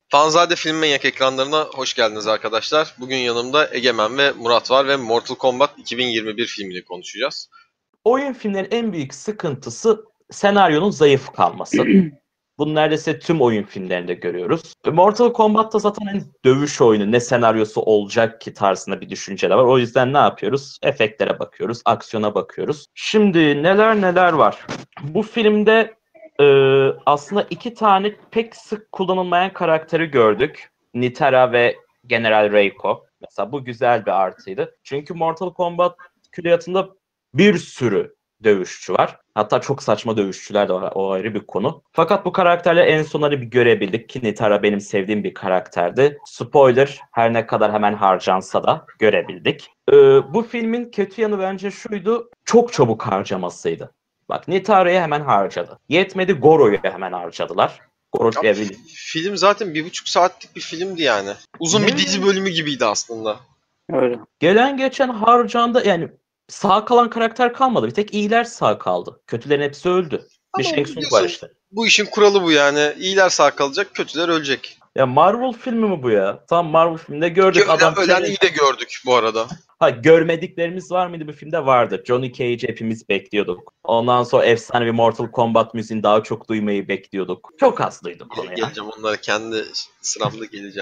Fanzade Film Manyak ekranlarına hoş geldiniz arkadaşlar. Bugün yanımda Egemen ve Murat var ve Mortal Kombat 2021 filmini konuşacağız. Oyun filmlerin en büyük sıkıntısı senaryonun zayıf kalması. Bunu neredeyse tüm oyun filmlerinde görüyoruz. Mortal Kombat'ta zaten dövüş oyunu ne senaryosu olacak ki tarzında bir düşünce de var. O yüzden ne yapıyoruz? Efektlere bakıyoruz, aksiyona bakıyoruz. Şimdi neler var. Bu filmde aslında iki tane pek sık kullanılmayan karakteri gördük. Nitara ve General Reiko. Mesela bu güzel bir artıydı. Çünkü Mortal Kombat külliyatında bir sürü dövüşçü var. Hatta çok saçma dövüşçüler de var. O ayrı bir konu. Fakat bu karakterle en son bir görebildik ki Nitara benim sevdiğim bir karakterdi. Spoiler, her ne kadar hemen harcansa da görebildik. Bu filmin kötü yanı bence şuydu. Çok çabuk harcamasıydı. Bak, Nitara'yı hemen harcadı. Yetmedi, Goro'yu hemen harcadılar. Goro Ya, film zaten 1,5 saatlik bir filmdi yani. Uzun bir dizi bölümü gibiydi aslında. Öyle. Gelen geçen harcandı, yani sağ kalan karakter kalmadı. Bir tek iyiler sağ kaldı. Kötülerin hepsi öldü. Bir Ama Shang Tsung var biliyorsun işte. bu işin kuralı bu yani. İyiler sağ kalacak, kötüler ölecek. Ya Marvel filmi mi bu ya? Tam Marvel filminde gördük adam Ölen iyi de gördük bu arada. Ha, görmediklerimiz var mıydı bu filmde? Vardı. Johnny Cage hepimiz bekliyorduk. Ondan sonra efsane bir Mortal Kombat müziğini daha çok duymayı bekliyorduk. Çok az duyduk onu ya. Geleceğim onlara, kendi sıramda geleceğim.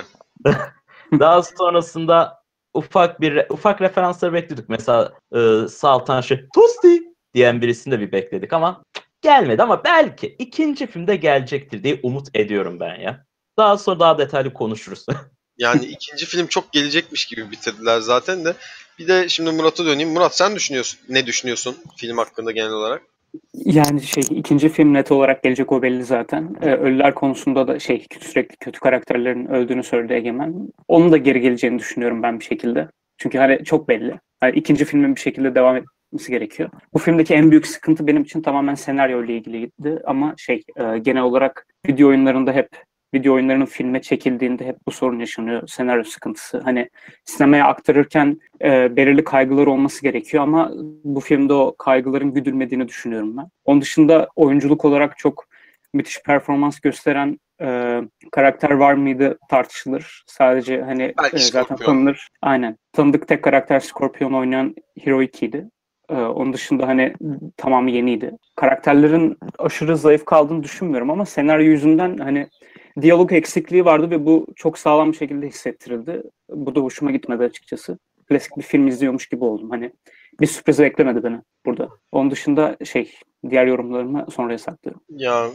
Daha sonrasında ufak referansları bekliyorduk. Mesela Saltan Tosti diyen birisini de bir bekledik ama gelmedi, ama belki ikinci filmde gelecektir diye umut ediyorum ben ya. Daha sonra daha detaylı konuşuruz. Yani ikinci film çok gelecekmiş gibi bitirdiler zaten de. Bir de şimdi Murat'a döneyim. Murat, sen ne düşünüyorsun film hakkında genel olarak? Yani ikinci film net olarak gelecek, o belli zaten. Ölüler konusunda da sürekli kötü karakterlerin öldüğünü söyledi Egemen. Onun da geri geleceğini düşünüyorum ben bir şekilde. Çünkü hani çok belli. Hani ikinci filmin bir şekilde devam etmesi gerekiyor. Bu filmdeki en büyük sıkıntı benim için tamamen senaryo ile ilgiliydi ama genel olarak video oyunlarının filme çekildiğinde hep bu sorun yaşanıyor. Senaryo sıkıntısı. Hani sinemaya aktarırken belirli kaygılar olması gerekiyor ama bu filmde o kaygıların güdülmediğini düşünüyorum ben. Onun dışında oyunculuk olarak çok müthiş performans gösteren karakter var mıydı tartışılır. Sadece Belki zaten Scorpion. tanınır. Aynen. Tanıdık tek karakter Scorpion oynayan Hiroiki'ydi. Onun dışında tamamı yeniydi. Karakterlerin aşırı zayıf kaldığını düşünmüyorum ama senaryo yüzünden diyalog eksikliği vardı ve bu çok sağlam bir şekilde hissettirildi. Bu da hoşuma gitmedi açıkçası. Klasik bir film izliyormuş gibi oldum. Bir sürpriz beklemedi beni burada. Onun dışında diğer yorumlarımı sonraya saklıyorum. Ya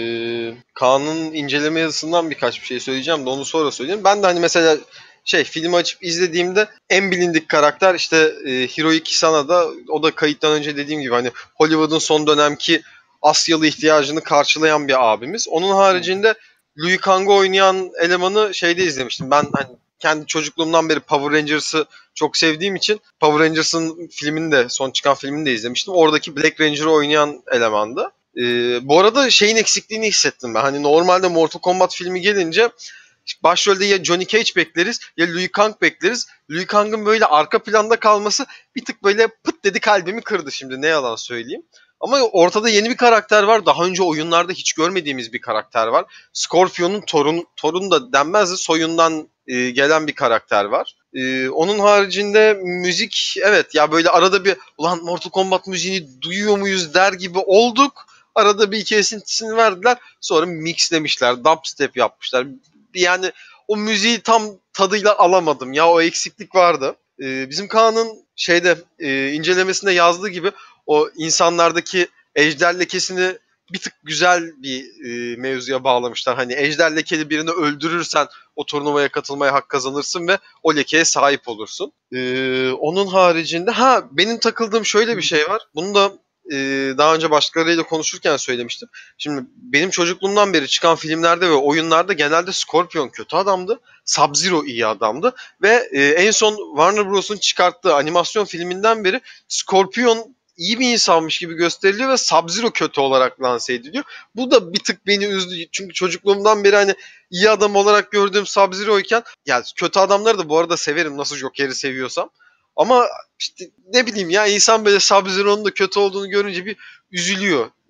Kaan'ın inceleme yazısından birkaç bir şey söyleyeceğim de onu sonra söyleyeyim. Ben de mesela filmi açıp izlediğimde en bilindik karakter Hiroyuki Sanada, o da kayıttan önce dediğim gibi Hollywood'un son dönemki Asyalı ihtiyacını karşılayan bir abimiz. Onun haricinde Liu Kang'ı oynayan elemanı izlemiştim. Ben kendi çocukluğumdan beri Power Rangers'ı çok sevdiğim için Power Rangers'ın filmini de, son çıkan filmini de izlemiştim. Oradaki Black Ranger'ı oynayan elemandı. Bu arada şeyin eksikliğini hissettim ben. Normalde Mortal Kombat filmi gelince başrolde ya Johnny Cage bekleriz ya Liu Kang bekleriz. Liu Kang'ın böyle arka planda kalması bir tık böyle pıt dedi, kalbimi kırdı, şimdi ne yalan söyleyeyim. Ama ortada yeni bir karakter var. Daha önce oyunlarda hiç görmediğimiz bir karakter var. Scorpion'un torunu da denmez de soyundan gelen bir karakter var. Onun haricinde müzik, evet ya, böyle arada bir ulan Mortal Kombat müziğini duyuyor muyuz der gibi olduk. Arada bir iki esintisini verdiler. Sonra mixlemişler, dubstep yapmışlar. Yani o müziği tam tadıyla alamadım ya, o eksiklik vardı. Bizim Kaan'ın incelemesinde yazdığı gibi o insanlardaki ejder lekesini bir tık güzel bir mevzuya bağlamışlar. Ejder lekeli birini öldürürsen o turnuvaya katılmaya hak kazanırsın ve o lekeye sahip olursun. Onun haricinde benim takıldığım şöyle bir şey var. Bunu da daha önce başkalarıyla konuşurken söylemiştim. Şimdi benim çocukluğumdan beri çıkan filmlerde ve oyunlarda genelde Scorpion kötü adamdı. Sub-Zero iyi adamdı. Ve en son Warner Bros'un çıkarttığı animasyon filminden beri Scorpion iyi bir insanmış gibi gösteriliyor ve Sub-Zero kötü olarak lanse ediliyor. Bu da bir tık beni üzdü. Çünkü çocukluğumdan beri iyi adam olarak gördüğüm Sub-Zero iken, yani kötü adamları da bu arada severim, nasıl Joker'i seviyorsam. Ama işte ne bileyim ya, insan böyle Sub-Zero'nun da kötü olduğunu görünce bir üzülüyor.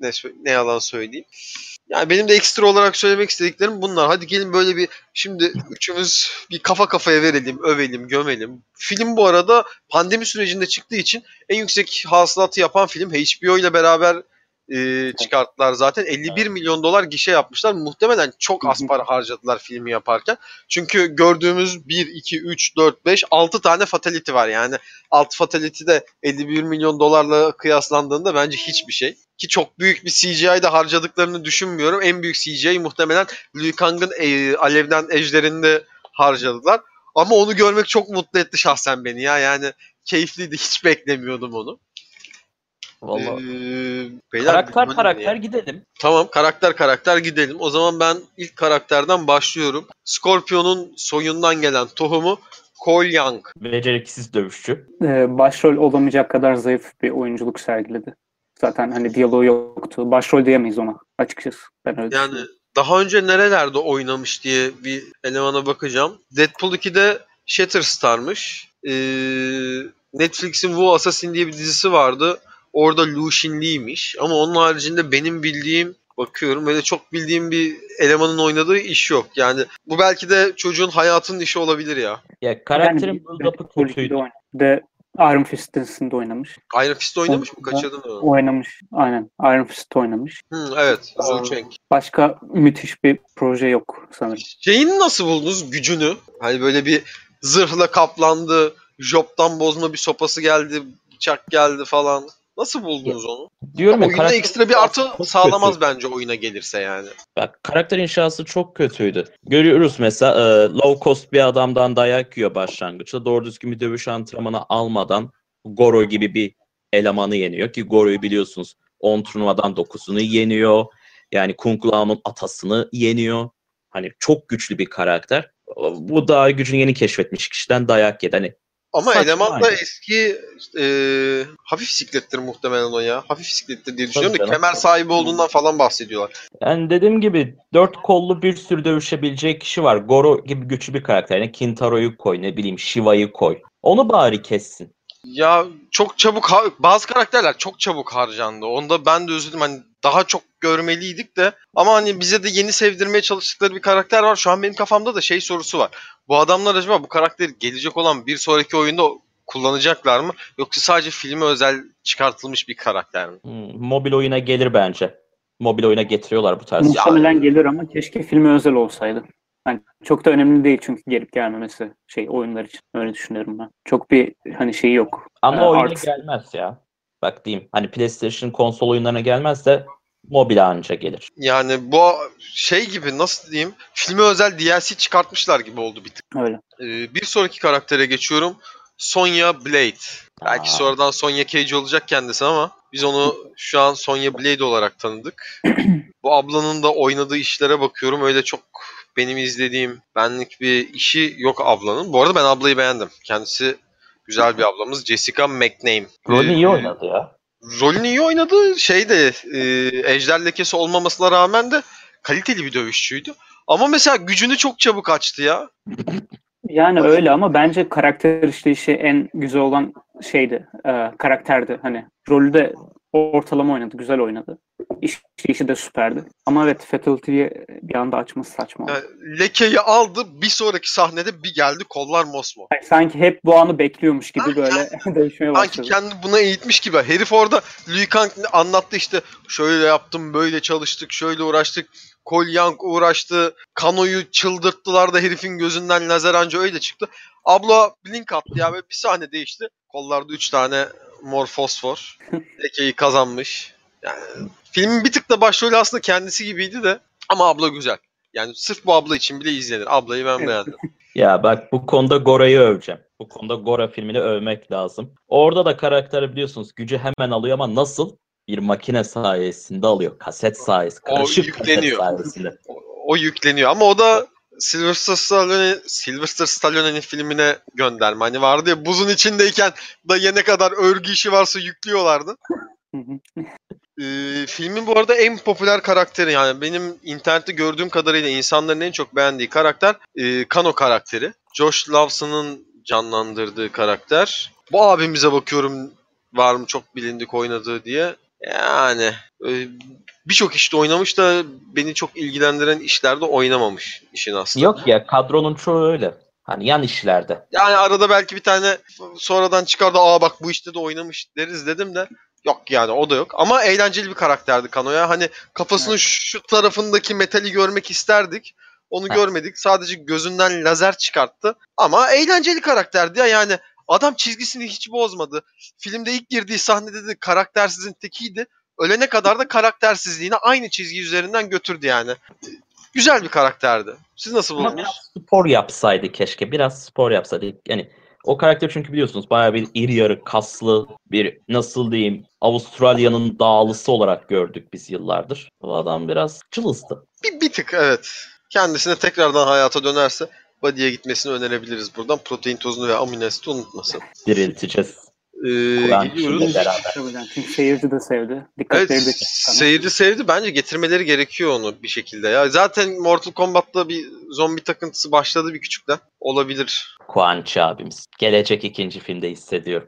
ne yalan söyleyeyim. Yani benim de ekstra olarak söylemek istediklerim bunlar. Hadi gelin böyle bir şimdi üçümüz bir kafa kafaya verelim, övelim, gömelim. Film bu arada pandemi sürecinde çıktığı için en yüksek hasılatı yapan film HBO ile beraber çıkarttılar zaten. 51 milyon dolar gişe yapmışlar. Muhtemelen çok az para harcadılar filmi yaparken. Çünkü gördüğümüz 1, 2, 3, 4, 5, 6 tane fatality var. Yani 6 fatality de 51 milyon dolarla kıyaslandığında bence hiçbir şey. Ki çok büyük bir CGI'de harcadıklarını düşünmüyorum. En büyük CGI muhtemelen Liu Kang'ın alevden ejderinde harcadılar. Ama onu görmek çok mutlu etti şahsen beni ya. Yani keyifliydi. Hiç beklemiyordum onu. Vallahi. Beyler, karakter gidelim. Tamam, karakter gidelim. O zaman ben ilk karakterden başlıyorum. Scorpion'un soyundan gelen tohumu Cole Young. Beceriksiz dövüşçü. Başrol olamayacak kadar zayıf bir oyunculuk sergiledi. Zaten hani diyaloğu yoktu. Başrol diyemeyiz ona açıkçası. Ben öyle Yani daha önce nerelerde oynamış diye bir elemana bakacağım. Deadpool 2'de Shatterstar'mış. Netflix'in Wu Assassin diye bir dizisi vardı. Orada Lu Xinli'ymiş. Ama onun haricinde benim bildiğim, bakıyorum, böyle çok bildiğim bir elemanın oynadığı iş yok. Yani bu belki de çocuğun hayatının işi olabilir ya. Ya karakterin build-up'ı kötüydü. De Iron Fist'inde oynamış. Iron Fist oynamış mı? Kaçırdın onu. Oynamış. Aynen. Iron Fist oynamış. Evet. Zhu Cheng. Başka müthiş bir proje yok sanırım. Şeyini nasıl buldunuz? Gücünü. Hani böyle bir zırhla kaplandı. Job'tan bozma bir sopası geldi. Bıçak geldi falan. Nasıl buldunuz onu? Diyorum ya, oyuna ekstra bir artı çok sağlamaz kötü. bence oyuna gelirse yani. Bak, karakter inşası çok kötüydü. Görüyoruz mesela low cost bir adamdan dayak yiyor başlangıçta. Doğru düzgün bir dövüş antrenmanı almadan Goro gibi bir elemanı yeniyor. Ki Goro'yu biliyorsunuz 10 turnuvadan 9'unu yeniyor. Yani Kung Lao'nun atasını yeniyor. Hani çok güçlü bir karakter. Bu da gücünü yeni keşfetmiş kişiden dayak yedi. Hani Ama saçma eleman da yani. eski hafif siklettir muhtemelen o ya. Hafif siklettir diye Tabii düşünüyorum da canım. kemer sahibi olduğundan falan bahsediyorlar. Yani dediğim gibi 4 kollu bir sürü dövüşebilecek kişi var. Goro gibi güçlü bir karakter. Yani Kintaro'yu koy, ne bileyim Shiva'yı koy. Onu bari kessin. Ya çok çabuk bazı karakterler çok çabuk harcandı. Onda ben de üzüldüm. Hani daha çok görmeliydik de ama hani bize de yeni sevdirmeye çalıştıkları bir karakter var. Şu an benim kafamda da şey sorusu var. Bu adamlar acaba bu karakteri gelecek olan bir sonraki oyunda kullanacaklar mı? Yoksa sadece filme özel çıkartılmış bir karakter mi? Mobil oyuna gelir bence. Mobil oyuna getiriyorlar bu tarz. Muhtemelen gelir ama keşke filme özel olsaydı. Yani çok da önemli değil çünkü gelip gelmemesi oyunlar için. Öyle düşünüyorum ben. Çok bir hani şeyi yok. Ama oyuna Artı. gelmez ya. Bak diyeyim. Hani PlayStation konsol oyunlarına gelmez de mobil anca gelir. Yani bu şey gibi, nasıl diyeyim, filme özel DLC çıkartmışlar gibi oldu bir tık. Öyle. Bir sonraki karaktere geçiyorum. Sonya Blade. Belki sonradan Sonya Cage olacak kendisi ama biz onu şu an Sonya Blade olarak tanıdık. Bu ablanın da oynadığı işlere bakıyorum. Öyle çok benim izlediğim benlik bir işi yok ablanın. Bu arada ben ablayı beğendim. Kendisi güzel bir ablamız. Jessica McName. Rolü iyi oynadı ya. Rolünü iyi oynadı. Ejder lekesi olmamasına rağmen de kaliteli bir dövüşçüydü. Ama mesela gücünü çok çabuk açtı ya. Yani öyle ama bence karakter işleyişi en güzel olan karakterdi. Hani rolü de ortalama oynadı, güzel oynadı. İşleyişi de süperdi. Ama evet, Fatality'yi bir anda açması saçma oldu. Yani lekeyi aldı, bir sonraki sahnede bir geldi kollar mosmor. Sanki hep bu anı bekliyormuş gibi böyle değişmeye Sanki başladı. kendini buna eğitmiş gibi. Herif orada Liu Kang anlattı işte, şöyle yaptım, böyle çalıştık, şöyle uğraştık. Cole Young uğraştı. Kano'yu çıldırttılar da herifin gözünden lazer anca öyle çıktı. Abla blink attı ya ve bir sahne değişti. Kollarda 3 tane mor fosfor. Lekeyi kazanmış. Yani filmin bir tık da başrolü aslında kendisi gibiydi de. Ama abla güzel. Yani sırf bu abla için bile izlenir. Ablayı ben beğendim. Ya bak, bu konuda Gora'yı öveceğim. Bu konuda Gora filmini övmek lazım. Orada da karakteri biliyorsunuz gücü hemen alıyor ama nasıl? Bir makine sayesinde alıyor. Kaset sayesinde. Karışık kaset sayesinde. O yükleniyor ama o da Sylvester Stallone'nin filmine gönderme. Hani vardı ya, buzun içindeyken dayıya ne kadar örgü işi varsa yüklüyorlardı. Filmin bu arada en popüler karakteri, yani benim internette gördüğüm kadarıyla insanların en çok beğendiği karakter Kano karakteri. Josh Lawson'ın canlandırdığı karakter. Bu abimize bakıyorum var mı çok bilindik oynadığı diye. Yani birçok işte oynamış da beni çok ilgilendiren işlerde oynamamış işin aslında. Yok ya, kadronun çoğu öyle. Hani yan işlerde. Yani arada belki bir tane sonradan çıkar da bak bu işte de oynamış deriz dedim de yok yani, o da yok. Ama eğlenceli bir karakterdi Kano'ya. Hani kafasının şu tarafındaki metali görmek isterdik. Onu görmedik. Sadece gözünden lazer çıkarttı. Ama eğlenceli karakterdi ya. Yani adam çizgisini hiç bozmadı. Filmde ilk girdiği sahnede de karaktersizin tekiydi. Ölene kadar da karaktersizliğini aynı çizgi üzerinden götürdü yani. Güzel bir karakterdi. Siz nasıl Ama buldunuz? biraz spor yapsaydı keşke. Biraz spor yapsaydı. Yani o karakter, çünkü biliyorsunuz bayağı bir iri yarı kaslı bir, nasıl diyeyim, Avustralya'nın dağlısı olarak gördük biz yıllardır. O adam biraz cılızdı. Bir tık evet. Kendisine tekrardan hayata dönerse body'ye gitmesini önerebiliriz buradan. Protein tozunu ve amino asiti unutmasın. Dirilteceğiz. Kur'an Gidiyoruz. ile beraber. Tabii, çünkü seyirci de sevdi. Evet, Dikkatleri de çekti. seyirci sevdi. Bence getirmeleri gerekiyor onu bir şekilde ya. Zaten Mortal Kombat'ta bir zombi takıntısı başladı bir küçükten. Olabilir. Kuançı abimiz. Gelecek ikinci filmde hissediyorum.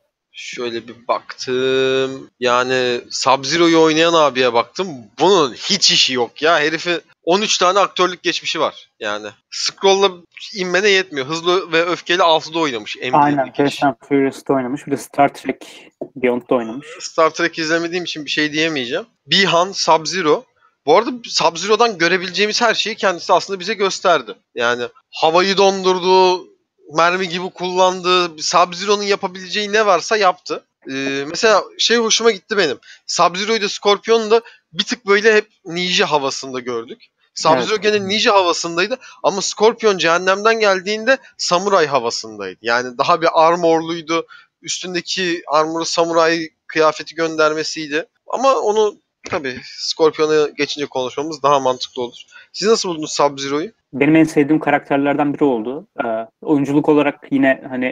Şöyle bir baktım. Yani Sub-Zero'yu oynayan abiye baktım. Bunun hiç işi yok ya. Herifin 13 tane aktörlük geçmişi var. Yani Scroll'la inmene yetmiyor. Hızlı ve Öfkeli 6'da oynamış. Aynen. Fast and Furious'ta oynamış. Bir de Star Trek Beyond'da oynamış. Star Trek izlemediğim için bir şey diyemeyeceğim. Bihan, Sub-Zero. Bu arada Sub-Zero'dan görebileceğimiz her şeyi kendisi aslında bize gösterdi. Yani havayı dondurdu, mermi gibi kullandı. Sub-Zero'nun yapabileceği ne varsa yaptı. Mesela şey hoşuma gitti benim. Sub-Zero'yu da Scorpion'u da bir tık böyle hep ninja havasında gördük. Sub-Zero gene ninja havasındaydı ama Scorpion cehennemden geldiğinde samuray havasındaydı. Yani daha bir armorluydu. Üstündeki armoru samuray kıyafeti göndermesiydi. Ama onu tabii Scorpion'a geçince konuşmamız daha mantıklı olur. Siz nasıl buldunuz Sub-Zero'yu? Benim en sevdiğim karakterlerden biri oldu. Oyunculuk olarak yine hani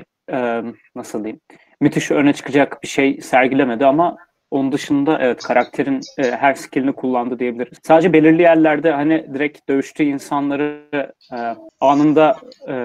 nasıl diyeyim, müthiş öne çıkacak bir şey sergilemedi ama onun dışında evet, karakterin her skillini kullandı diyebiliriz. Sadece belirli yerlerde hani direkt dövüştüğü insanları anında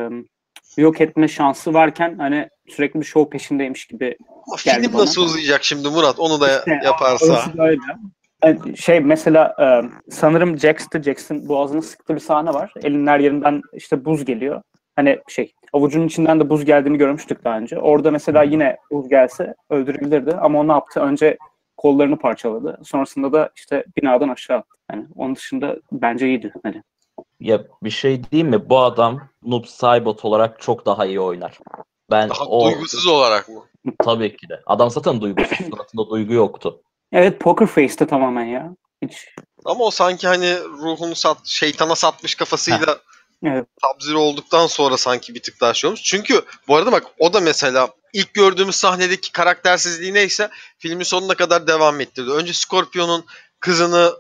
yok etme şansı varken hani sürekli bir şov peşindeymiş gibi Ama geldi film bana. nasıl uzayacak şimdi Murat? Onu da İşte, yaparsa. orası da öyle. Şey mesela sanırım Jackson boğazını sıktı bir sahne var. Elinin her yerinden işte buz geliyor. Hani avucunun içinden de buz geldiğini görmüştük daha önce. Orada mesela yine buz gelse öldürebilirdi ama o ne yaptı? Önce kollarını parçaladı. Sonrasında da işte binadan aşağı attı. Yani onun dışında bence iyiydi. Hani. Ya bir şey diyeyim mi? Bu adam Noob Saibot olarak çok daha iyi oynar. Ben Daha duygusuz olarak mı? Tabii ki de. Adam zaten duygusuz. Suratında duygu yoktu. Evet, Poker Face'te tamamen ya. Hiç. Ama o sanki hani ruhunu şeytana satmış kafasıyla Evet. Sub-Zero olduktan sonra sanki bir tık daha şey olmuş. Çünkü bu arada bak, o da mesela ilk gördüğümüz sahnedeki karaktersizliği neyse filmin sonuna kadar devam ettirdi. Önce Scorpion'un kızını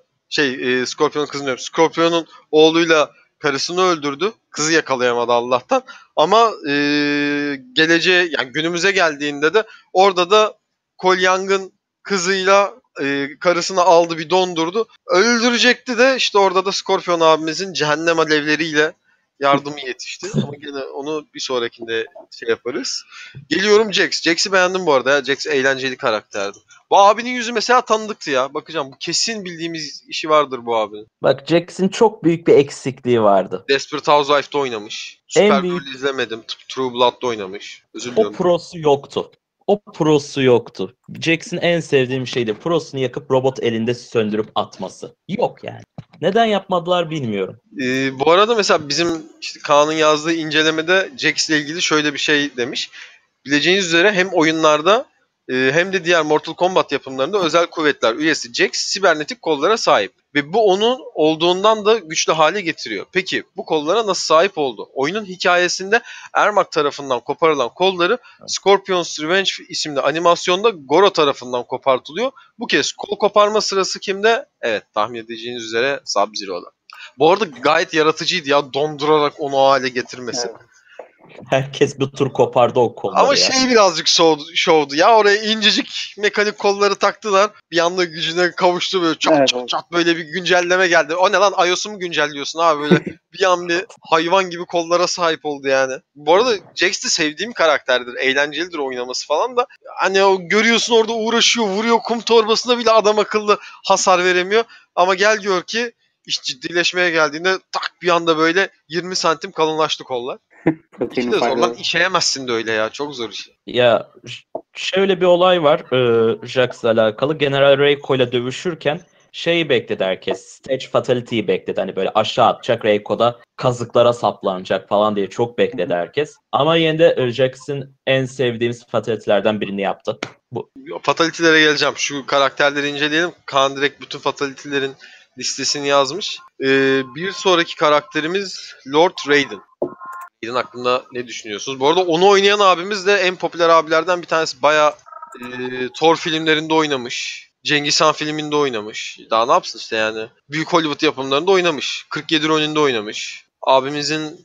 Scorpion'un oğluyla karısını öldürdü. Kızı yakalayamadı Allah'tan. Ama geleceğe, yani günümüze geldiğinde de orada da Cole Young'ın kızıyla karısını aldı, bir dondurdu. Öldürecekti de işte orada da Scorpion abimizin cehennem alevleriyle yardımı yetişti. Ama gene onu bir sonrakinde şey yaparız. Geliyorum Jax. Jax'i beğendim bu arada ya. Jax eğlenceli karakterdi. Bu abinin yüzü mesela tanıdıktı ya. Bakacağım, bu kesin bildiğimiz işi vardır bu abinin. Bak, Jackson çok büyük bir eksikliği vardı. Desperate Housewife'da oynamış. En Supergirl izlemedim. True Blood'da oynamış. Özür O diliyorum. prosu yoktu. O prosu yoktu. Jackson en sevdiğim şeydi. Prosunu yakıp robot elinde söndürüp atması. Yok yani. Neden yapmadılar bilmiyorum. Bu arada mesela bizim işte Kaan'ın yazdığı incelemede Jax ile ilgili şöyle bir şey demiş. Bileceğiniz üzere hem oyunlarda hem de diğer Mortal Kombat yapımlarında özel kuvvetler üyesi Jax sibernetik kollara sahip. Ve bu onun olduğundan da güçlü hale getiriyor. Peki bu kollara nasıl sahip oldu? Oyunun hikayesinde Ermac tarafından koparılan kolları Scorpion's Revenge isimli animasyonda Goro tarafından kopartılıyor. Bu kez kol koparma sırası kimde? Evet, tahmin edeceğiniz üzere Sub-Zero'da. Bu arada gayet yaratıcıydı ya, dondurarak onu o hale getirmesi. Evet. Herkes bir tur kopardı o kolları Ama ya. şey birazcık şovdu ya. Oraya incecik mekanik kolları taktılar. Bir anda gücüne kavuştu böyle çat Evet, çat evet. çat böyle bir güncelleme geldi. O ne lan, iOS'u mu güncelliyorsun abi, böyle bir an bir hayvan gibi kollara sahip oldu yani. Bu arada Jax de sevdiğim karakterdir. Eğlencelidir oynaması falan da. Hani o görüyorsun orada uğraşıyor, vuruyor, kum torbasına bile adam akıllı hasar veremiyor. Ama gel gör ki iş ciddileşmeye geldiğinde tak bir anda böyle 20 santim kalınlaştı kollar. İşi Proteinin de zor lan, faydaları. işeyemezsin de öyle ya. Çok zor iş. Ya şöyle bir olay var Jax'la alakalı. General Reiko ile dövüşürken şeyi bekledi herkes. Stage Fatality'yi bekledi. Hani böyle aşağı atacak, Reiko da kazıklara saplanacak falan diye çok bekledi herkes. Ama yine de Jax'in en sevdiğimiz Fatality'lerden birini yaptı. Bu Fatality'lere geleceğim. Şu karakterleri inceleyelim. Kaan direkt bütün Fatality'lerin listesini yazmış. Bir sonraki karakterimiz Lord Raiden. Raiden hakkında ne düşünüyorsunuz? Bu arada onu oynayan abimiz de en popüler abilerden bir tanesi. Bayağı Thor filmlerinde oynamış. Cengiz Han filminde oynamış. Daha ne yapsın işte yani. Büyük Hollywood yapımlarında oynamış. 47 Ronin'de oynamış. Abimizin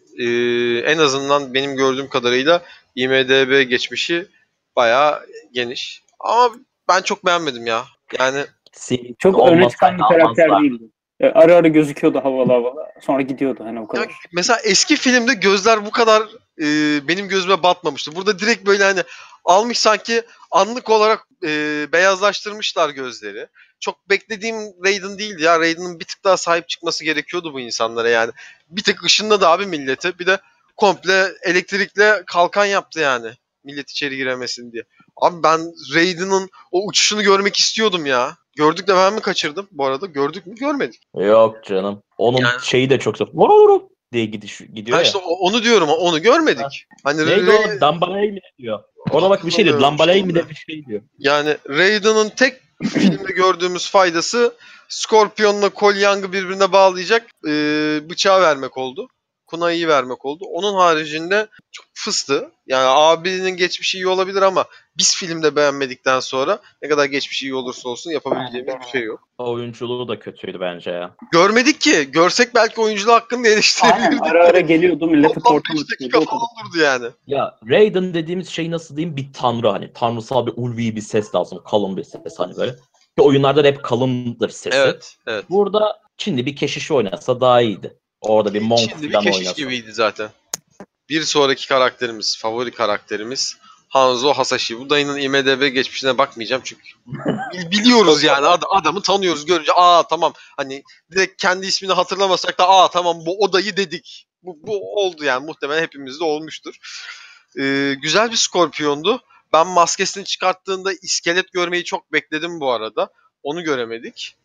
en azından benim gördüğüm kadarıyla IMDb geçmişi bayağı geniş. Ama ben çok beğenmedim ya. Yani CV'si Çok öne çıkan olmasaydı bir karakter almazlar. değildi. Ara ara gözüküyordu havalı havalı. Sonra gidiyordu hani o ya kadar. mesela eski filmde gözler bu kadar benim gözüme batmamıştı. Burada direkt böyle hani almış sanki anlık olarak beyazlaştırmışlar gözleri. Çok beklediğim Raiden değildi ya. Raiden'ın bir tık daha sahip çıkması gerekiyordu bu insanlara yani. Bir tık ışınladı abi milleti. Bir de komple elektrikle kalkan yaptı yani. Millet içeri giremesin diye. Abi ben Raiden'ın o uçuşunu görmek istiyordum ya. Gördük de ben mi kaçırdım bu arada? Gördük mü? Görmedik. Yok canım. Onun Yani şeyi de çok zor. Vururum diye gidiyor ha ya. işte onu diyorum, onu Ha. görmedik. Hani Neydi o? Dambalay mi ne diyor? Orada bak bir şey diyor. hatırlamıyorum Lambalay şimdi mi de. de bir şey diyor. Yani Raiden'ın tek filmde gördüğümüz faydası Scorpion'la Cole Young'ı birbirine bağlayacak bıçağı vermek oldu. Kunai'yi vermek oldu. Onun haricinde çok fıstı. Yani abinin geçmişi iyi olabilir ama biz filmde beğenmedikten sonra ne kadar geçmişi iyi olursa olsun yapabileceğimiz bir şey yok. Oyunculuğu da kötüydü bence ya. Görmedik ki. Görsek belki oyunculuğu hakkında Aynen eleştirebilirdik. ara ara geliyordu milleti Toplam portal 5 atıyordu dakika o falan kadar. olurdu yani. Ya Raiden dediğimiz şey nasıl diyeyim, bir tanrı, hani tanrısal bir ulvi bir ses lazım, kalın bir ses hani böyle. Ki oyunlarda da hep kalındır sesi. Evet, evet. Burada Çinli bir keşişi oynasa daha iyiydi. Orada bir monk Şimdi bir falan keşiş oynasa. gibiydi zaten. Bir sonraki karakterimiz, favori karakterimiz Hanzo Hasashi. Bu dayının IMDb geçmişine bakmayacağım çünkü biliyoruz yani adamı tanıyoruz, görünce tamam, hani direkt kendi ismini hatırlamasak da tamam bu o dayı dedik. Bu oldu yani, muhtemelen hepimizde olmuştur. Güzel bir Skorpiyondu. Ben maskesini çıkarttığında iskelet görmeyi çok bekledim bu arada. Onu göremedik.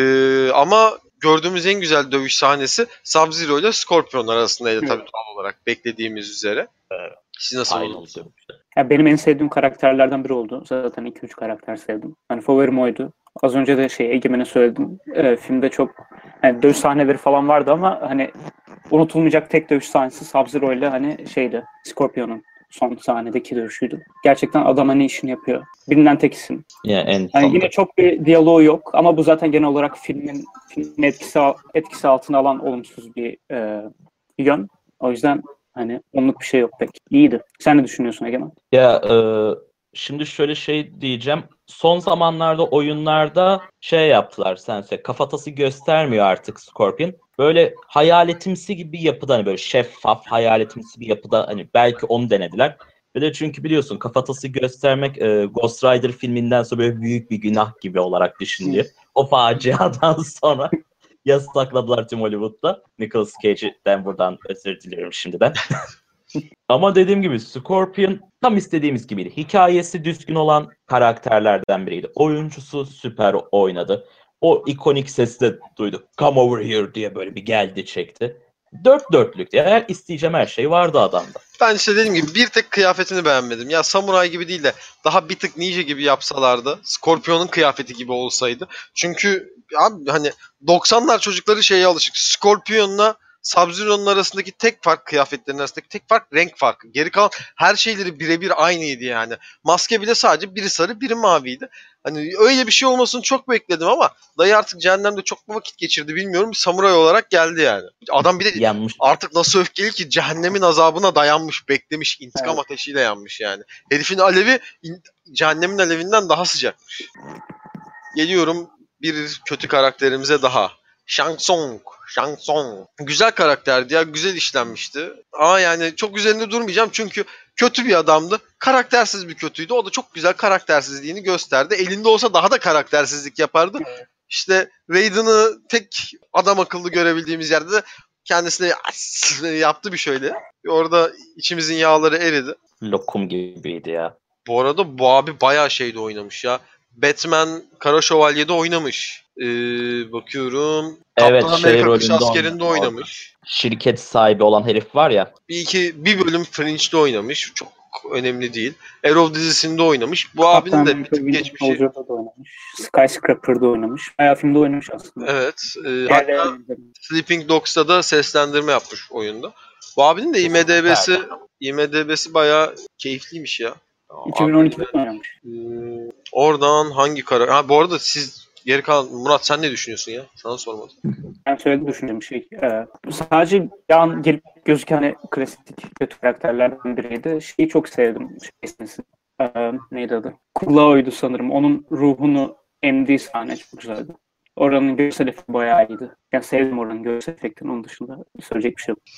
Ama gördüğümüz en güzel dövüş sahnesi Sub-Zero ile Scorpion arasındaydı tabii, Evet. doğal olarak beklediğimiz üzere. Siz nasıl Final buldunuz? dövüşü. Ya benim en sevdiğim karakterlerden biri oldu. Zaten 2-3 karakter sevdim. Hani favorim oydu. Az önce de Egemen'e söyledim. Filmde çok hani dövüş sahneleri falan vardı ama hani unutulmayacak tek dövüş sahnesi Sub-Zero ile hani Scorpion'un son sahnedeki dövüşüydü. Gerçekten adam hani işini yapıyor. Bilinen tek isim. Ya en Yani sonunda. yine çok bir diyaloğu yok ama bu zaten genel olarak filmin etkisi altına alan olumsuz bir yön. O yüzden hani onluk bir şey yok pek. İyiydi. Sen ne düşünüyorsun Egemen? Ya şimdi şöyle şey diyeceğim. Son zamanlarda oyunlarda şey yaptılar sense. Kafatası göstermiyor artık Scorpion. Böyle hayaletimsi gibi bir yapıda, hani böyle şeffaf hayaletimsi bir yapıda, hani belki onu denediler. Bir de çünkü biliyorsun kafatası göstermek Ghost Rider filminden sonra böyle büyük bir günah gibi olarak düşünülüyor. O faciadan sonra yasakladılar tüm Hollywood'da. Nicolas Cage'den buradan özür diliyorum şimdiden. Ama dediğim gibi Scorpion tam istediğimiz gibiydi. Hikayesi düzgün olan karakterlerden biriydi. Oyuncusu süper oynadı. O ikonik sesi de duyduk. Come over here diye böyle bir geldi çekti. Dört dörtlüktü. Eğer isteyeceğim her şey vardı adamda. Ben işte dediğim gibi bir tek kıyafetini beğenmedim. Ya samuray gibi değil de daha bir tık ninja gibi yapsalardı. Scorpion'un kıyafeti gibi olsaydı. Çünkü abi hani 90'lar çocukları şeye alışık. Scorpion'la Sub-Zero'nun arasındaki tek fark, kıyafetlerin arasındaki tek fark renk farkı. Geri kalan her şeyleri birebir aynıydı yani. Maske bile sadece biri sarı biri maviydi. Hani öyle bir şey olmasını çok bekledim ama dayı artık cehennemde çok mu vakit geçirdi bilmiyorum. Bir samuray olarak geldi yani. Adam bir de Yanmış. artık nasıl öfkeli ki cehennemin azabına dayanmış, beklemiş, intikam Evet. ateşiyle yanmış yani. Herifin alevi cehennemin alevinden daha sıcakmış. Geliyorum bir kötü karakterimize daha. Shang Tsung. Shang Tsung. Güzel karakterdi ya. Güzel işlenmişti. Ama yani çok üzerinde durmayacağım çünkü kötü bir adamdı. Karaktersiz bir kötüydü. O da çok güzel karaktersizliğini gösterdi. Elinde olsa daha da karaktersizlik yapardı. İşte Raiden'ı tek adam akıllı görebildiğimiz yerde de kendisine yaptı bir şöyle. Orada içimizin yağları eridi. Lokum gibiydi ya. Bu arada bu abi bayağı şeyde oynamış ya. Batman Kara Şövalye'de oynamış. Bakıyorum. Evet, Kaptan şey Amerika Kış rolünde Askeri'nde oynadı oynamış. Şirket sahibi olan herif var ya. Bir bölüm Fringe'de oynamış. Çok önemli değil. Arrow dizisinde oynamış. Bu abinin Kaptan de bir Amerika tık Winter geçmişi. Soldier'da da oynamış. Skyscraper'da oynamış. Bayağı filmde oynamış aslında. Evet. Hatta Diğerleri- Sleeping Dogs'ta da seslendirme yapmış oyunda. Bu abinin de IMDb'si bayağı keyifliymiş ya. Abi, 2012'de oynamış. oradan hangi karar... Ha bu arada siz geri kalan... Murat sen ne düşünüyorsun ya? Sana sormadım. Ben söylediğim düşündüğüm şey. Sadece bir an gelip gözüken hani klasik kötü karakterlerden biriydi. Şeyi çok sevdim. Neydi adı? Kulao'ydu sanırım. Onun ruhunu emdiği sahne çok güzeldi. Oranın görsel efekti bayağı iyiydi. Yani sevdim oranın görsel efektini. Onun dışında söyleyecek bir şey yok.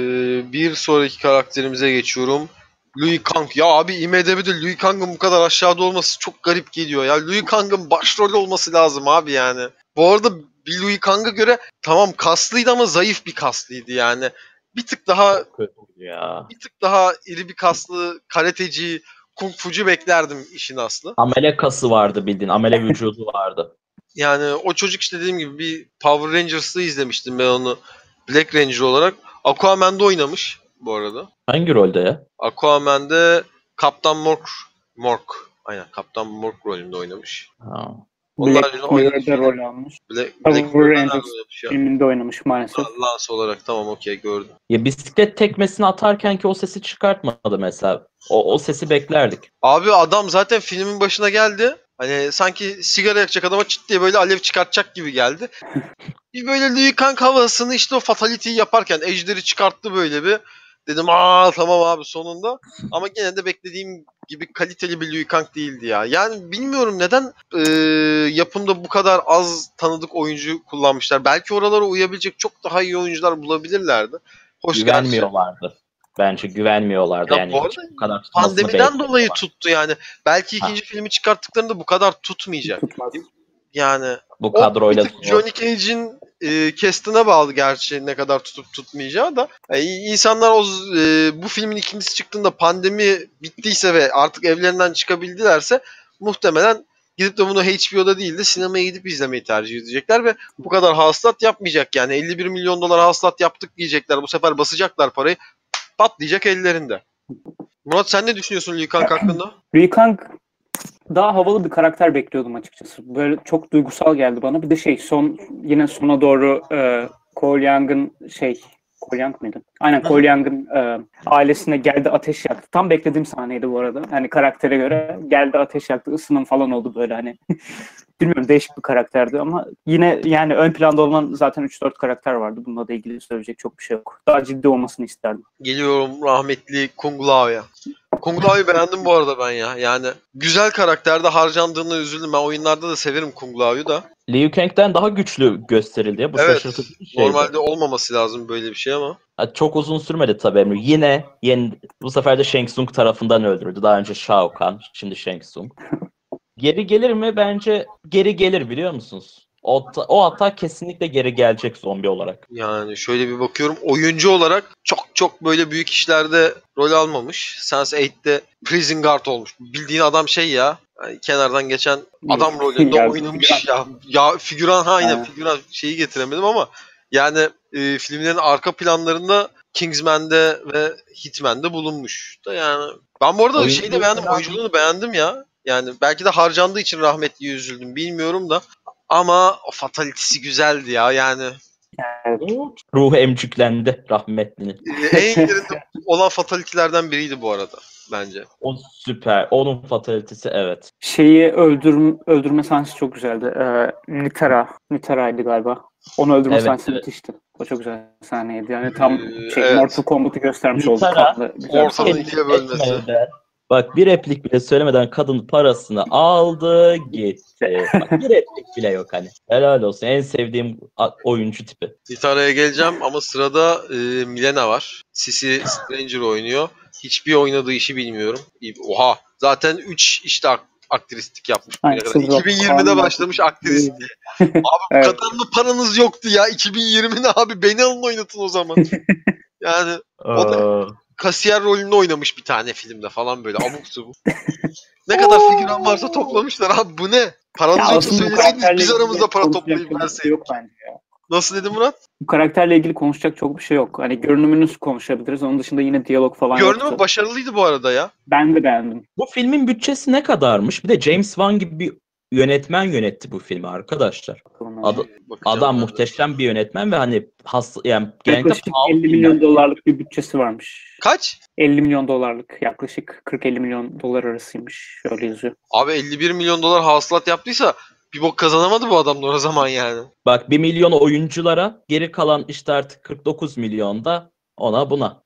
Bir sonraki karakterimize geçiyorum. Liu Kang. Ya abi IMDb'de Liu Kang'ın bu kadar aşağıda olması çok garip geliyor. Ya Liu Kang'ın başrolü olması lazım abi yani. Bu arada bir Liu Kang'a göre tamam kaslıydı ama zayıf bir kaslıydı yani. Bir tık daha Kötüydü ya. iri bir kaslı karateci, kung fucu beklerdim işin aslı. Amele kası vardı bildiğin. Amele vücudu vardı. Yani o çocuk işte dediğim gibi bir Power Rangers'ı izlemiştim ben onu Black Ranger olarak. Aquaman'da oynamış bu arada. Hangi rolde ya? Aquaman'de Kaptan Mork. Aynen Kaptan Mork rolünde oynamış. Ha. Onlar Black yine oynadığı Mirror'da şeyler. rol almış. Black Power Mirror'da nerede Rangers oynamış ya? filminde oynamış maalesef. Lance olarak tamam okey gördüm. Ya bisiklet tekmesini atarken ki o sesi çıkartmadı mesela. O sesi beklerdik. Abi adam zaten filmin başına geldi. Hani sanki sigara yakacak adama çıt diye böyle alev çıkartacak gibi geldi. Bir böyle Liu Kang havasını işte o fatality'yi yaparken ejderi çıkarttı böyle bir. Dedim tamam abi sonunda. Ama gene de beklediğim gibi kaliteli bir Liu Kang değildi ya. Yani bilmiyorum neden yapımda bu kadar az tanıdık oyuncu kullanmışlar. Belki oralara uyabilecek çok daha iyi oyuncular bulabilirlerdi. Hoş gerçi. Güvenmiyorlardı. Bence güvenmiyorlardı. Ya Yani bu hiç arada bu kadar tutmasını pandemiden dolayı beklemiyorlar. tuttu yani. Belki ikinci filmi çıkarttıklarında bu kadar tutmayacak. Tutmaz. Yani Bu o bir kadroyla tık Johnny Cage'in cast'ine bağlı gerçi ne kadar tutup tutmayacağı da. Yani insanlar bu filmin ikincisi çıktığında pandemi bittiyse ve artık evlerinden çıkabildilerse muhtemelen gidip de bunu HBO'da değil de sinemaya gidip izlemeyi tercih edecekler ve bu kadar hasılat yapmayacak yani. 51 milyon dolar hasılat yaptık diyecekler. Bu sefer basacaklar parayı. Patlayacak ellerinde. Murat sen ne düşünüyorsun Liu Kang hakkında? Liu Kang daha havalı bir karakter bekliyordum açıkçası. Böyle çok duygusal geldi bana. Bir de yine sona doğru Cole Young'ın Cole Young mıydı? Aynen Cole Young'ın ailesine geldi ateş yaktı. Tam beklediğim sahneydi bu arada. Hani karaktere göre geldi ateş yaktı. Isınım falan oldu böyle hani. Bilmiyorum değişik bir karakterdi ama yine yani ön planda olan zaten 3-4 karakter vardı. Bununla da ilgili söyleyecek çok bir şey yok. Daha ciddi olmasını isterdim. Geliyorum rahmetli Kung Lao'ya. Kung Lao'yu beğendim bu arada ben ya. Yani güzel karakterde harcandığını üzüldüm. Ben oyunlarda da severim Kung Lao'yu da. Liu Kang'den daha güçlü gösterildi ya. Bu Evet. şaşırtıcı bir şeydi. Normalde olmaması lazım böyle bir şey ama. Çok uzun sürmedi tabii Emre. Yine bu sefer de Shang Tsung tarafından öldürüldü. Daha önce Shao Kahn, şimdi Shang Tsung. Geri gelir mi? Bence geri gelir biliyor musunuz? O hatta kesinlikle geri gelecek zombi olarak. Yani şöyle bir bakıyorum. Oyuncu olarak çok böyle büyük işlerde rol almamış. Sense8'te Prison Guard olmuş. Bildiğin adam ya. Yani kenardan geçen adam rolünde oynamış ya. Ya figüran aynen figüran şeyi getiremedim ama yani filmlerin arka planlarında Kingsman'de ve Hitman'de bulunmuş. Da yani ben bu arada şeyi de beğendim. Oyunculuğunu beğendim ya. Yani belki de harcandığı için rahmetliye üzüldüm. Bilmiyorum da. Ama o fatality'si güzeldi ya yani. Ruhu emcüklendi rahmetlinin. En yerinde olan fatality'lerden biriydi bu arada bence. O süper. Onun fatalitesi evet. Şeyi öldürme sahnesi çok güzeldi. Nitara'ydı galiba. Onu öldürme Evet, sahnesi evet. müthişti. O çok güzel sahneydi. Yani tam Evet. Mortal Kombat'ı göstermiş olduk. Nitara, Kanlı, güzel bir ortalığı sahne. ikiye bölmesi. Etmeden, bak bir replik bile söylemeden kadın parasını aldı gitti. Bak bir replik bile yok hani. Helal olsun. En sevdiğim oyuncu tipi. Nitara'ya geleceğim ama sırada Milena var. Sissy Stranger oynuyor. Hiçbir oynadığı işi bilmiyorum. Oha! Zaten 3 işte aktrislik yapmış bugüne kadar. 2020'de başlamış aktristliğe. Abi bu Evet. kadar mı paranız yoktu ya? 2020'de abi beni alın oynatın o zaman. Yani o da kasiyer rolünde oynamış bir tane filmde falan böyle abuk subuk. Ne kadar figüran varsa toplamışlar abi bu ne? Paranız Ya yoksa aslında bu söyleseydiniz karakterle biz ilgili aramızda para konuşacak toplayıp çok bir şey verseydik. yok bence ya. Nasıl dedi Murat? Bu karakterle ilgili konuşacak çok bir şey yok. Hani görünümünü konuşabiliriz. Onun dışında yine diyalog falan Görünümü yoktu. başarılıydı bu arada ya. Ben de beğendim. Bu filmin bütçesi ne kadarmış? Bir de James Wan gibi bir yönetmen yönetti bu filmi arkadaşlar. Bakacağım Adam ben de. muhteşem bir yönetmen ve hani yani genellikle Yaklaşık pahalı 50 filmler. milyon dolarlık bir bütçesi varmış. Kaç? 50 milyon dolarlık. Yaklaşık 40-50 milyon dolar arasıymış. Şöyle yazıyor. Abi 51 milyon dolar hasılat yaptıysa bir bok kazanamadı bu adamlar o zaman yani. Bak 1 milyon oyunculara, geri kalan işte artık 49 milyon da ona buna.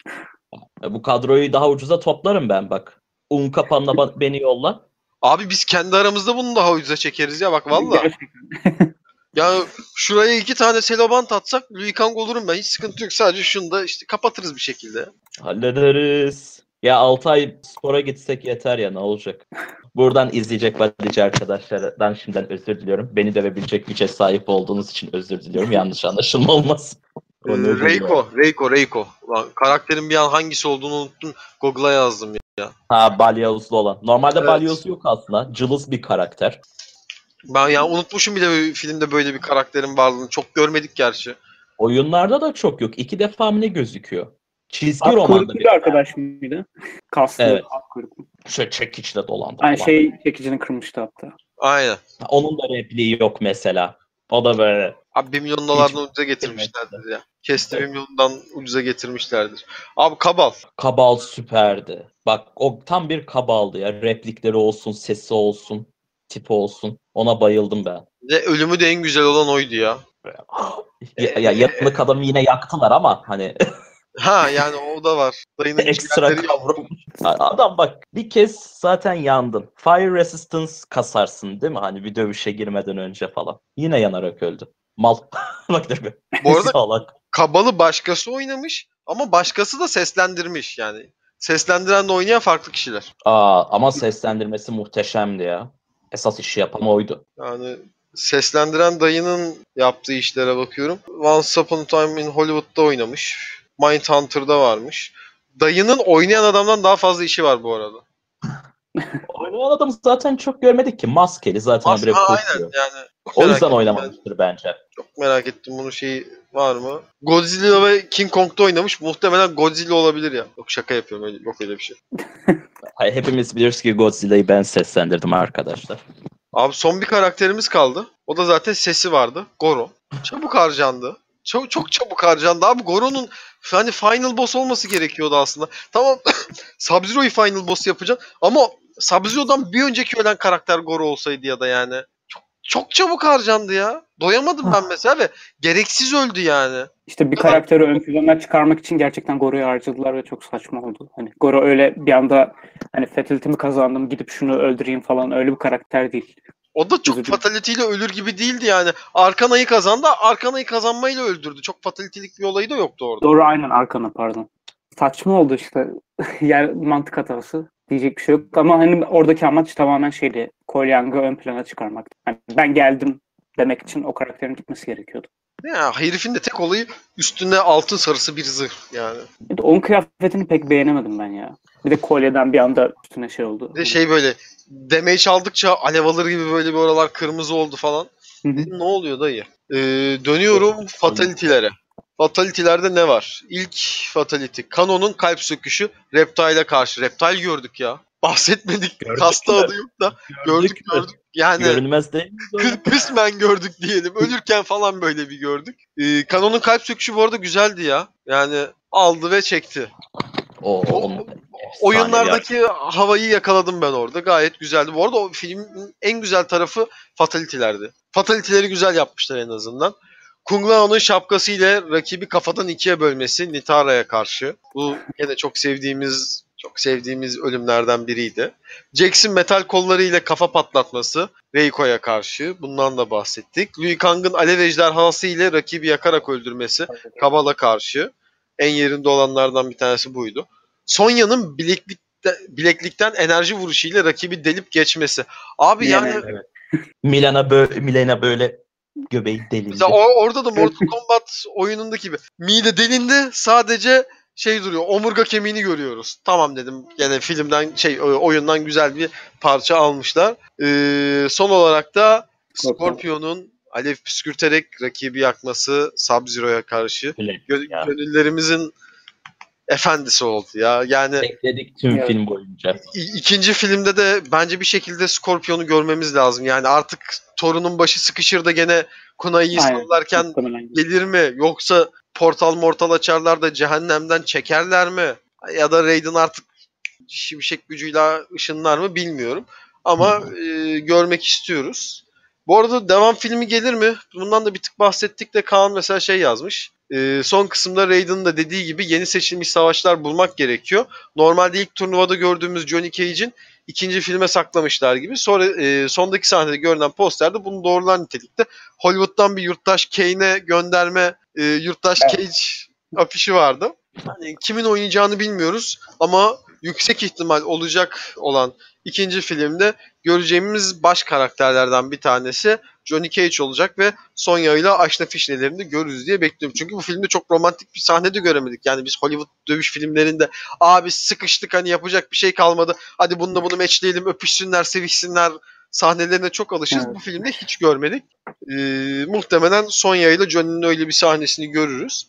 Bu kadroyu daha ucuza toplarım ben bak. Un kapanla beni yolla. Abi biz kendi aramızda bunu daha ucuza çekeriz ya bak valla. Gerçekten. Ya şuraya 2 tane selobant atsak Louis Kang olurum ben. Hiç sıkıntı yok. Sadece şunu da işte kapatırız bir şekilde. Hallederiz. Ya 6 ay spora gitsek yeter ya, ne olacak? Buradan izleyecek Vadici arkadaşlardan şimdiden özür diliyorum. Beni dövebilecek güce sahip olduğunuz için özür diliyorum. Yanlış anlaşılma olmasın. O nedir ya? Reiko. Ulan, karakterin bir an hangisi olduğunu unuttum. Google'a yazdım ya. Ha, balyozlu olan. Normalde Evet. balyoz yok aslında. Cılız bir karakter. Ben ya unutmuşum bile filmde böyle bir karakterin varlığını. Çok görmedik gerçi. Oyunlarda da çok yok. 2 defa mı ne gözüküyor? Çizgi At romanda kuyruklu bir bir arkadaş mıydı? Kaslı Evet. at kuyruklu. şöyle çekiçle dolandı Yani falan. çekicini kırmıştı hatta. Aynen. Onun da repliği yok mesela. O da böyle. Abi 1 milyon dolardan ucuza getirmişlerdir ya. Kesti 1 milyondan ucuza getirmişlerdir. Abi Kabal. Kabal süperdi. Bak o tam bir kabaldı ya. Replikleri olsun, sesi olsun, tipi olsun. Ona bayıldım ben. Ve ölümü de en güzel olan oydu ya. Ya yanındaki adamı yine yaktılar ama hani Ha yani o da var. Dayının ekstra ciğerleri yok. kavrum. Adam bak bir kez zaten yandın. Fire resistance kasarsın değil mi? Hani bir dövüşe girmeden önce falan. Yine yanarak öldü. Mal. Bak dur be. Bu arada Salak. Kabal'ı başkası oynamış ama başkası da seslendirmiş yani. Seslendiren de oynayan farklı kişiler. Ama seslendirmesi muhteşemdi ya. Esas işi yapan oydu. Yani seslendiren dayının yaptığı işlere bakıyorum. Once Upon a Time in Hollywood'da oynamış. Mindhunter'da varmış. Dayının oynayan adamdan daha fazla işi var bu arada. Oynayan adamı zaten çok görmedik ki. Maskeli zaten habire Aynen koşuyor. yani. Çok O merak yüzden ettim oynamamıştır bence. Çok merak ettim bunun şeyi var mı? Godzilla ve King Kong'da oynamış. Muhtemelen Godzilla olabilir ya. Yok şaka yapıyorum. Yok öyle bir şey. Hepimiz biliriz ki Godzilla'yı ben seslendirdim arkadaşlar. Abi son bir karakterimiz kaldı. O da zaten sesi vardı. Goro. Çabuk harcandı. Çok çabuk harcandı. Abi Goro'nun hani final boss olması gerekiyordu aslında. Tamam Sub-Zero'yu final boss yapacaksın ama Sub-Zero'dan bir önceki ölen karakter Goro olsaydı ya da yani. Çok çabuk harcandı ya. Doyamadım ben mesela ve gereksiz öldü yani. İşte bir karakteri ön plana çıkarmak için gerçekten Goro'yu harcadılar ve çok saçma oldu. Hani Goro öyle bir anda hani fatality'mi kazandım gidip şunu öldüreyim falan öyle bir karakter değil. O da çok Üzücü. fatality'yle ölür gibi değildi yani. Arkana'yı kazandı. Arkana'yı kazanmayla öldürdü. Çok fatality'lik bir olayı da yoktu orada. Doğru aynen arkana pardon. Saçma oldu işte. Yani mantık hatası. Diyecek bir şey yok. Ama hani oradaki amaç tamamen şeydi. Cole Young'ı ön plana çıkarmak. Hani ben geldim demek için o karakterin gitmesi gerekiyordu. Ya herifin de tek olayı üstünde altın sarısı bir zırh yani. Bir de onun kıyafetini pek beğenemedim ben ya. Bir de kolyeden bir anda üstüne şey oldu. Bir de şey böyle damage aldıkça alev alır gibi böyle bir oralar kırmızı oldu falan. Hı hı. Dedim, ne oluyor dayı? Dönüyorum fatality'lere. Fatality'lerde ne var? İlk fatality. Kanon'un kalp söküşü Reptile'e karşı. Reptile gördük ya. bahsetmedik. Gördük Kasta mü? adı yok da gördük. Yani Görünmez değil mi? kısmen gördük diyelim. Ölürken falan böyle bir gördük. Kanon'un kalp söküşü bu arada güzeldi ya. Yani aldı ve çekti. Onun efsane bir Oyunlardaki havayı yakaladım ben orada. Gayet güzeldi. Bu arada o filmin en güzel tarafı fatality'lerdi. Fatality'leri güzel yapmışlar en azından. Kung Lao'nun şapkası ile rakibi kafadan ikiye bölmesi Nitara'ya karşı. Bu yine çok sevdiğimiz ölümlerden biriydi. Jax'in metal kolları ile kafa patlatması Reiko'ya karşı. Bundan da bahsettik. Liu Kang'ın alev ejderhası ile rakibi yakarak öldürmesi Kabal'a karşı. En yerinde olanlardan bir tanesi buydu. Sonya'nın bileklikten enerji vuruşuyla rakibi delip geçmesi. Abi yani Evet. Milena böyle göbeği delindi. mesela orada da Mortal Kombat oyunundaki gibi mide delindi, sadece şey duruyor. Omurga kemiğini görüyoruz. Tamam dedim. Gene filmden oyundan güzel bir parça almışlar. Son olarak da Scorpion'un alev püskürterek rakibi yakması Sub-Zero'ya karşı. Gönüllerimizin efendisi oldu ya. Yani bekledik tüm film boyunca. İkinci filmde de bence bir şekilde Scorpion'u görmemiz lazım. Yani artık Thor'un başı sıkışır da gene Kunai'yi sallarken gelir mi? Yoksa portal açarlar da cehennemden çekerler mi? Ya da Raiden artık şimşek gücüyle ışınlar mı bilmiyorum. Ama görmek istiyoruz. Bu arada devam filmi gelir mi? Bundan da bir tık bahsettik de Kaan mesela şey yazmış. Son kısımda Raiden'ın da dediği gibi yeni seçilmiş savaşlar bulmak gerekiyor. Normalde ilk turnuvada gördüğümüz Johnny Cage'in ikinci filme saklamışlar gibi. Sonra sondaki sahnede görünen posterde bunu doğrular nitelikte. Hollywood'dan bir yurttaş Kane'e gönderme yurttaş Cage afişi vardı. Yani kimin oynayacağını bilmiyoruz ama yüksek ihtimal olacak olan ikinci filmde göreceğimiz baş karakterlerden bir tanesi Johnny Cage olacak ve Sonya ile aşna fişnelerini görürüz diye bekliyorum. Çünkü bu filmde çok romantik bir sahne de göremedik. Yani biz Hollywood dövüş filmlerinde abi sıkıştık hani yapacak bir şey kalmadı. Hadi bununla bunu meçleyelim, öpüşsünler, sevişsinler sahnelerine çok alışırız. Evet. Bu filmde hiç görmedik. Muhtemelen Sonya ile Johnny'nin öyle bir sahnesini görürüz.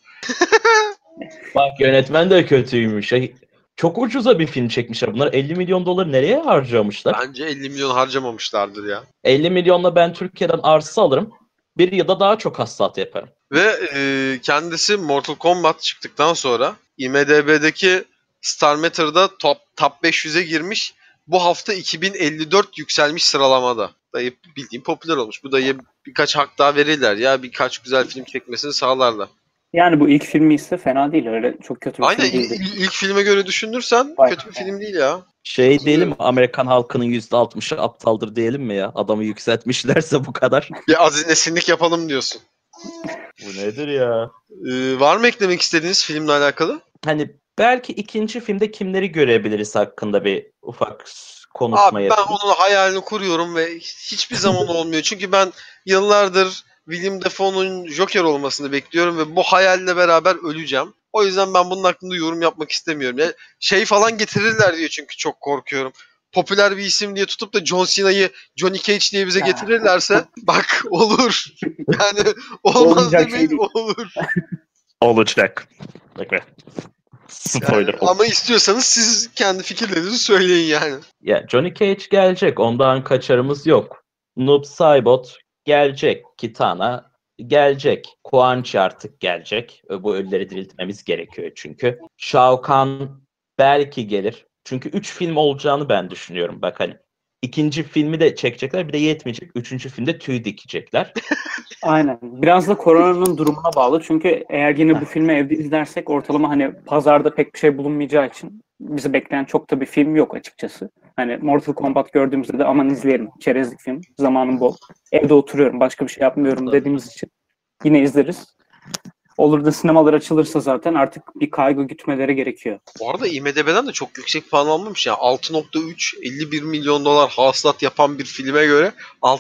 Bak yönetmen de kötüymüş. Çok ucuza bir film çekmişler. Bunlar 50 milyon doları nereye harcamışlar? Bence 50 milyon harcamamışlardır ya. 50 milyonla ben Türkiye'den arsa alırım. Bir yılda daha çok hasılat yaparım. Ve kendisi Mortal Kombat çıktıktan sonra IMDb'deki Star Matter'da top 500'e girmiş. Bu hafta 2054 yükselmiş sıralamada. Dayı bildiğin popüler olmuş. Bu dayıya birkaç hak daha verirler ya. Birkaç güzel film çekmesini sağlarlar. Yani bu ilk filmi ise fena değil. Öyle çok kötü bir film değil. Aynen ilk filme göre düşünürsen kötü bir film değil ya. Diyelim mi? Amerikan halkının %60'ı aptaldır diyelim mi ya? Adamı yükseltmişlerse bu kadar. Bir Aziz Nesinlik yapalım diyorsun. Bu nedir ya? Var mı eklemek istediğiniz filmle alakalı? Hani belki ikinci filmde kimleri görebiliriz hakkında bir ufak konuşma yapayım. Ben onun hayalini kuruyorum ve hiçbir zaman olmuyor. Çünkü ben yıllardır Willem Dafoe'nun Joker olmasını bekliyorum ve bu hayalle beraber öleceğim. O yüzden ben bunun hakkında yorum yapmak istemiyorum. Yani şey falan getirirler diye çünkü çok korkuyorum. Popüler bir isim diye tutup da John Cena'yı Johnny Cage diye bize getirirlerse bak olur. Yani olmaz demeyin olur. Olacak. Bekle. Spoiler. Yani, ama istiyorsanız siz kendi fikirlerinizi söyleyin yani. Ya Johnny Cage gelecek. Ondan kaçarımız yok. Noob Saibot gelecek. Kitana gelecek. Quan Chi artık gelecek. Bu ölüleri diriltmemiz gerekiyor çünkü. Shao Kahn belki gelir. Çünkü 3 film olacağını ben düşünüyorum. Bak hani ikinci filmi de çekecekler. Bir de yetmeyecek. Üçüncü filmde tüy dikecekler. Aynen. Biraz da koronanın durumuna bağlı. Çünkü eğer yine bu filmi evde izlersek ortalama hani pazarda pek bir şey bulunmayacağı için bizi bekleyen çok da bir film yok açıkçası. Hani Mortal Kombat gördüğümüzde de aman izleyelim. Çerezlik film. Zamanım bol. Evde oturuyorum. Başka bir şey yapmıyorum dediğimiz için yine izleriz. Olur da sinemalar açılırsa zaten artık bir kaygı gütmeleri gerekiyor. Bu arada IMDb'den de çok yüksek puan almamış ya. 6.3 51 milyon dolar hasılat yapan bir filme göre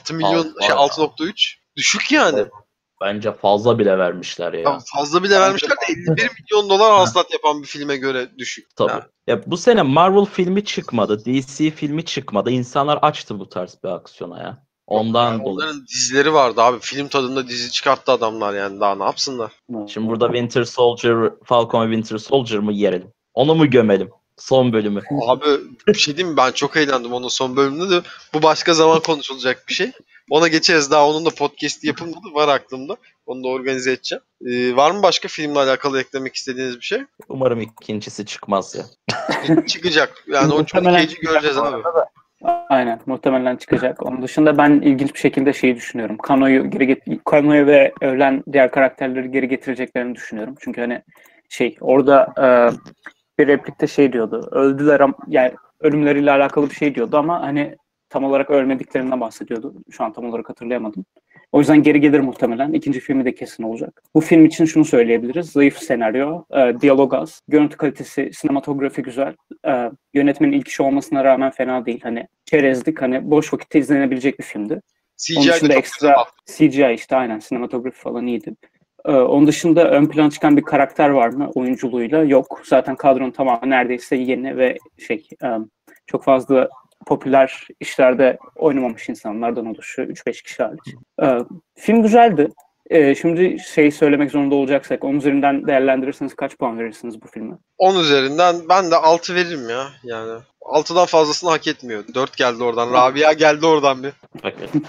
6.3 düşük yani. Bence fazla bile vermişler ya. Tamam, fazla bile vermişler de 51 milyon dolar hasılat yapan bir filme göre düşük. Tabii. Ya bu sene Marvel filmi çıkmadı, DC filmi çıkmadı. İnsanlar açtı bu tarz bir aksiyona ya. Ondan yani onların dizileri vardı abi. Film tadında dizi çıkarttı adamlar yani. Daha ne yapsınlar? Şimdi burada Winter Soldier, Falcon ve Winter Soldier mı yerelim? Onu mu gömelim? Son bölümü. Abi bir şey diyeyim mi? Ben çok eğlendim onun son bölümünde de. Bu başka zaman konuşulacak bir şey. Ona geçeriz. Daha onun da podcast'i yapılmadı. Var aklımda. Onu da organize edeceğim. Var mı başka filmle alakalı eklemek istediğiniz bir şey? Umarım ikincisi çıkmaz ya. Çıkacak. Yani o çok Muhtemelen iyice göreceğiz abi. Aynen, muhtemelen çıkacak. Onun dışında ben ilginç bir şekilde şeyi düşünüyorum. Kano'yu ve ölen diğer karakterleri geri getireceklerini düşünüyorum. Çünkü hani orada bir replikte şey diyordu. Öldüler yani ölümleriyle alakalı bir şey diyordu ama hani tam olarak ölmediklerinden bahsediyordu. Şu an tam olarak hatırlayamadım. O yüzden geri gelir muhtemelen. İkinci filmi de kesin olacak. Bu film için şunu söyleyebiliriz. Zayıf senaryo, diyalog az, görüntü kalitesi, sinematografi güzel. Yönetmenin ilk işi olmasına rağmen fena değil. Hani çerezlik, hani boş vakitte izlenebilecek bir filmdi. CGI Onun de dışında çok ekstra CGI işte aynen sinematografi falan iyiydi. Onun dışında ön plan çıkan bir karakter var mı oyunculuğuyla? Yok. Zaten kadronun tamamı neredeyse yeni ve çok fazla popüler işlerde oynamamış insanlardan oluşuyor. 3-5 kişi hariç. Film güzeldi. Şimdi söylemek zorunda olacaksak 10 üzerinden değerlendirirseniz kaç puan verirsiniz bu filme? 10 üzerinden ben de 6 veririm ya. Yani 6'dan fazlasını hak etmiyor. 4 geldi oradan. Rabia geldi oradan bir. Bakın.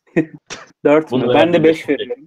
4 mü? Ben de 5 veriyorum.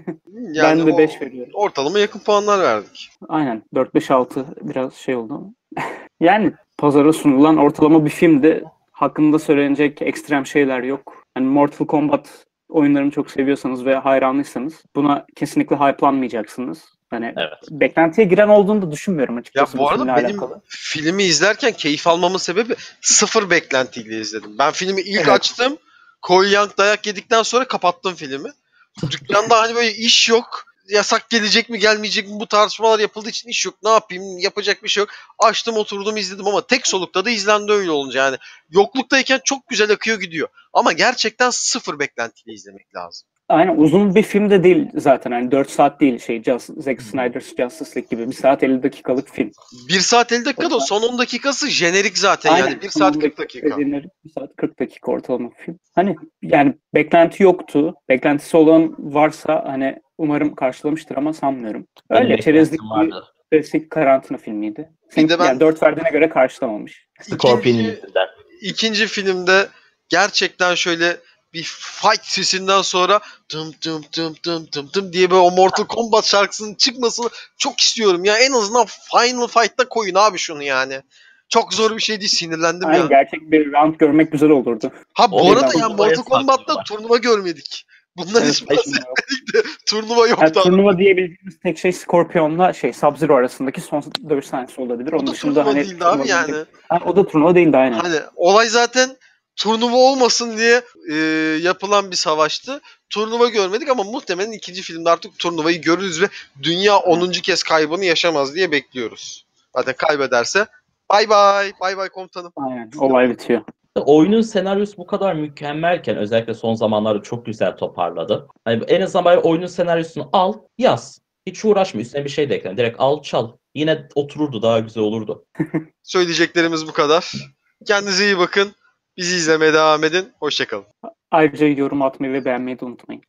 Yani ben de 5 veriyorum. Ortalama yakın puanlar verdik. Aynen. 4-5-6 biraz şey oldu. Yani pazara sunulan ortalama bir filmdi. Hakkında söylenecek ekstrem şeyler yok. Hani Mortal Kombat oyunlarını çok seviyorsanız ve hayranlıysanız buna kesinlikle hype'lanmayacaksınız. Hani Evet. beklentiye giren olduğunu da düşünmüyorum Ya açıkçası bu arada filmle benim alakalı. filmi izlerken keyif almamın sebebi sıfır beklentiyle izledim. Ben filmi ilk Evet. açtım. Cole Young dayak yedikten sonra kapattım filmi. Dükkanda hani böyle iş yok. Yasak gelecek mi gelmeyecek mi bu tartışmalar yapıldığı için iş yok. Ne yapayım, yapacak bir şey yok. Açtım oturdum izledim ama tek solukta da izlendi öyle olunca yani. Yokluktayken çok güzel akıyor gidiyor. Ama gerçekten sıfır beklentiyle izlemek lazım. Aynen, uzun bir film de değil zaten. Hani 4 saat değil Zack Snyder's Justice League gibi 1 saat 50 dakikalık film. 1 saat 50 dakika da son 10 dakikası jenerik zaten Aynen. yani 1 saat 40 dakika. 1 saat 40 dakika ortalama bir film. Hani yani beklenti yoktu. Beklentisi olan varsa hani umarım karşılamıştır ama sanmıyorum. Benim Öyle çerezlik beklentim bir vardı. klasik karantina filmiydi. Bir de ben- Yani 4 verdiğine göre karşılamamış. Scorpion yüzünden. İkinci filmde gerçekten şöyle bir fight sesinden sonra tım tım tım tım tım tım diye böyle o Mortal Kombat şarkısının çıkmasını çok istiyorum. Ya en azından Final Fight'ta koyun abi şunu yani. Çok zor bir şey değil, sinirlendim Aynen, ya. gerçek bir round görmek güzel olurdu. Ha bu O arada yüzden ya turnuvaya Mortal Kombat'ta saklıyorlar. turnuva görmedik. Bundan Evet, hiç bahsetmedik de turnuva yoktu. yani turnuva diyebildiğimiz tek şey Scorpion'la Sub-Zero arasındaki son dövüş sahnesi olabilir. O Onun da dışında turnuva hani değildi abi yani. O da turnuva değildi aynen. Hani olay zaten turnuva olmasın diye yapılan bir savaştı. Turnuva görmedik ama muhtemelen ikinci filmde artık turnuvayı görürüz ve dünya 10. kez kaybını yaşamaz diye bekliyoruz. Zaten kaybederse bay bay komutanım. Aynen. Olay bitiyor. Oyunun senaryosu bu kadar mükemmelken özellikle son zamanlarda çok güzel toparladı. Hani en azından bari oyunun senaryosunu al, yaz. Hiç uğraşma, üstüne bir şey de ekleme. Direkt al, çal. Yine otururdu, daha güzel olurdu. Söyleyeceklerimiz bu kadar. Kendinize iyi bakın. Bizi izlemeye devam edin. Hoşçakalın. Ayrıca yorum atmayı ve beğenmeyi de unutmayın.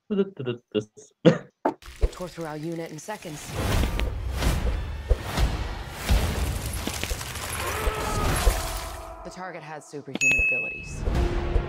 Tore through our unit in seconds. The target has superhuman abilities.